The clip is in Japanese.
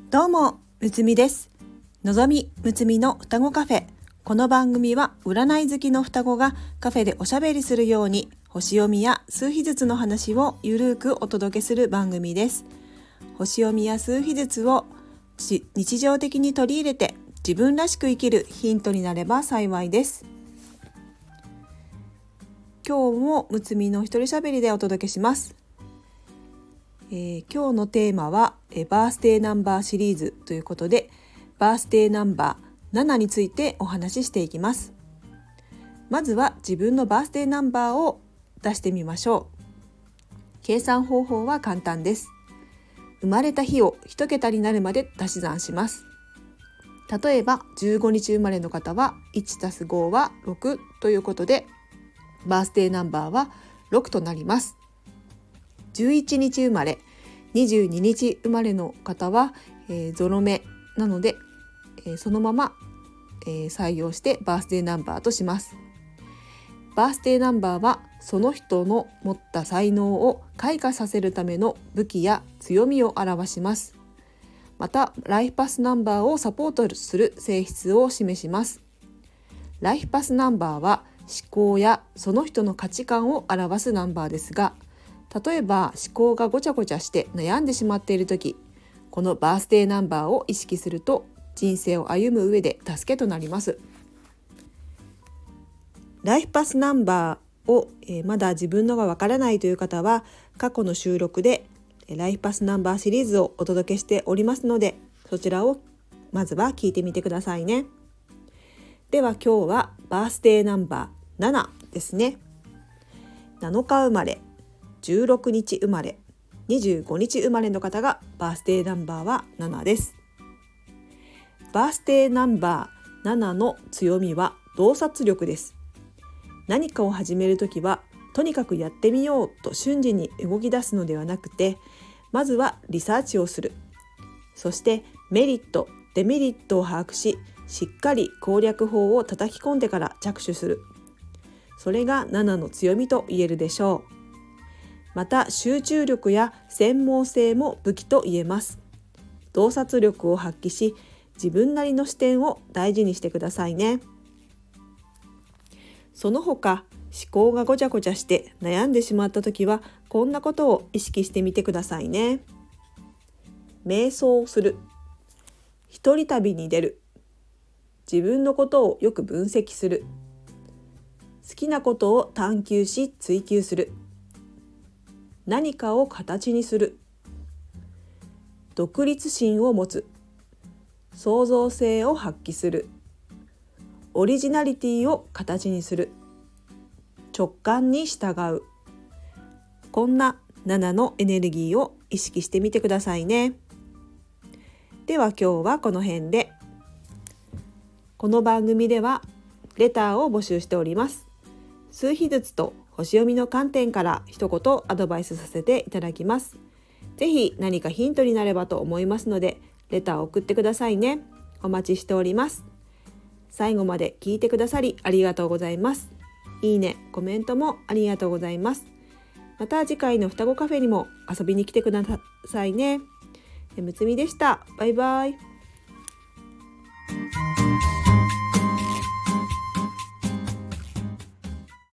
どうも、むつみです。のぞみむつみの双子カフェ。この番組は占い好きの双子がカフェでおしゃべりするように星読みや数秘術の話をゆるくお届けする番組です。星読みや数秘術を日常的に取り入れて自分らしく生きるヒントになれば幸いです。今日もむつみの一人しゃべりでお届けします。今日のテーマはバースデーナンバーシリーズということで、バースデーナンバー7についてお話ししていきます。まずは自分のバースデーナンバーを出してみましょう。計算方法は簡単です。生まれた日を1桁になるまで足し算します。例えば15日生まれの方は 1+5 は6ということで、バースデーナンバーは6となります。11日生まれ、22日生まれの方は、ゾロ目なので、そのまま、採用してバースデーナンバーとします。バースデーナンバーはその人の持った才能を開花させるための武器や強みを表します。またライフパスナンバーをサポートする性質を示します。ライフパスナンバーは思考やその人の価値観を表すナンバーですが、例えば思考がごちゃごちゃして悩んでしまっているとき、このバースデーナンバーを意識すると人生を歩む上で助けとなります。ライフパスナンバーを、まだ自分のがわからないという方は、過去の収録でライフパスナンバーシリーズをお届けしておりますので、そちらをまずは聞いてみてくださいね。では今日はバースデーナンバー7ですね。7日生まれ、16日生まれ、25日生まれの方がバースデーナンバーは7です。バースデーナンバー7の強みは洞察力です。何かを始めるときはとにかくやってみようと瞬時に動き出すのではなくて、まずはリサーチをする。そしてメリット、デメリットを把握し、しっかり攻略法を叩き込んでから着手する。それが7の強みと言えるでしょう。また集中力や専門性も武器と言えます。洞察力を発揮し、自分なりの視点を大事にしてくださいね。その他、思考がごちゃごちゃして悩んでしまった時は、こんなことを意識してみてくださいね。瞑想をする、一人旅に出る、自分のことをよく分析する、好きなことを探求し追求する、何かを形にする、独立心を持つ、創造性を発揮する、オリジナリティを形にする、直感に従う。こんな7のエネルギーを意識してみてくださいね。では今日はこの辺で。この番組ではレターを募集しております。数秘術と星読みの観点から一言アドバイスさせていただきます。ぜひ何かヒントになればと思いますので、レターを送ってくださいね。お待ちしております。最後まで聞いてくださりありがとうございます。いいね、コメントもありがとうございます。また次回の双子カフェにも遊びに来てくださいね。むつみでした。バイバイ。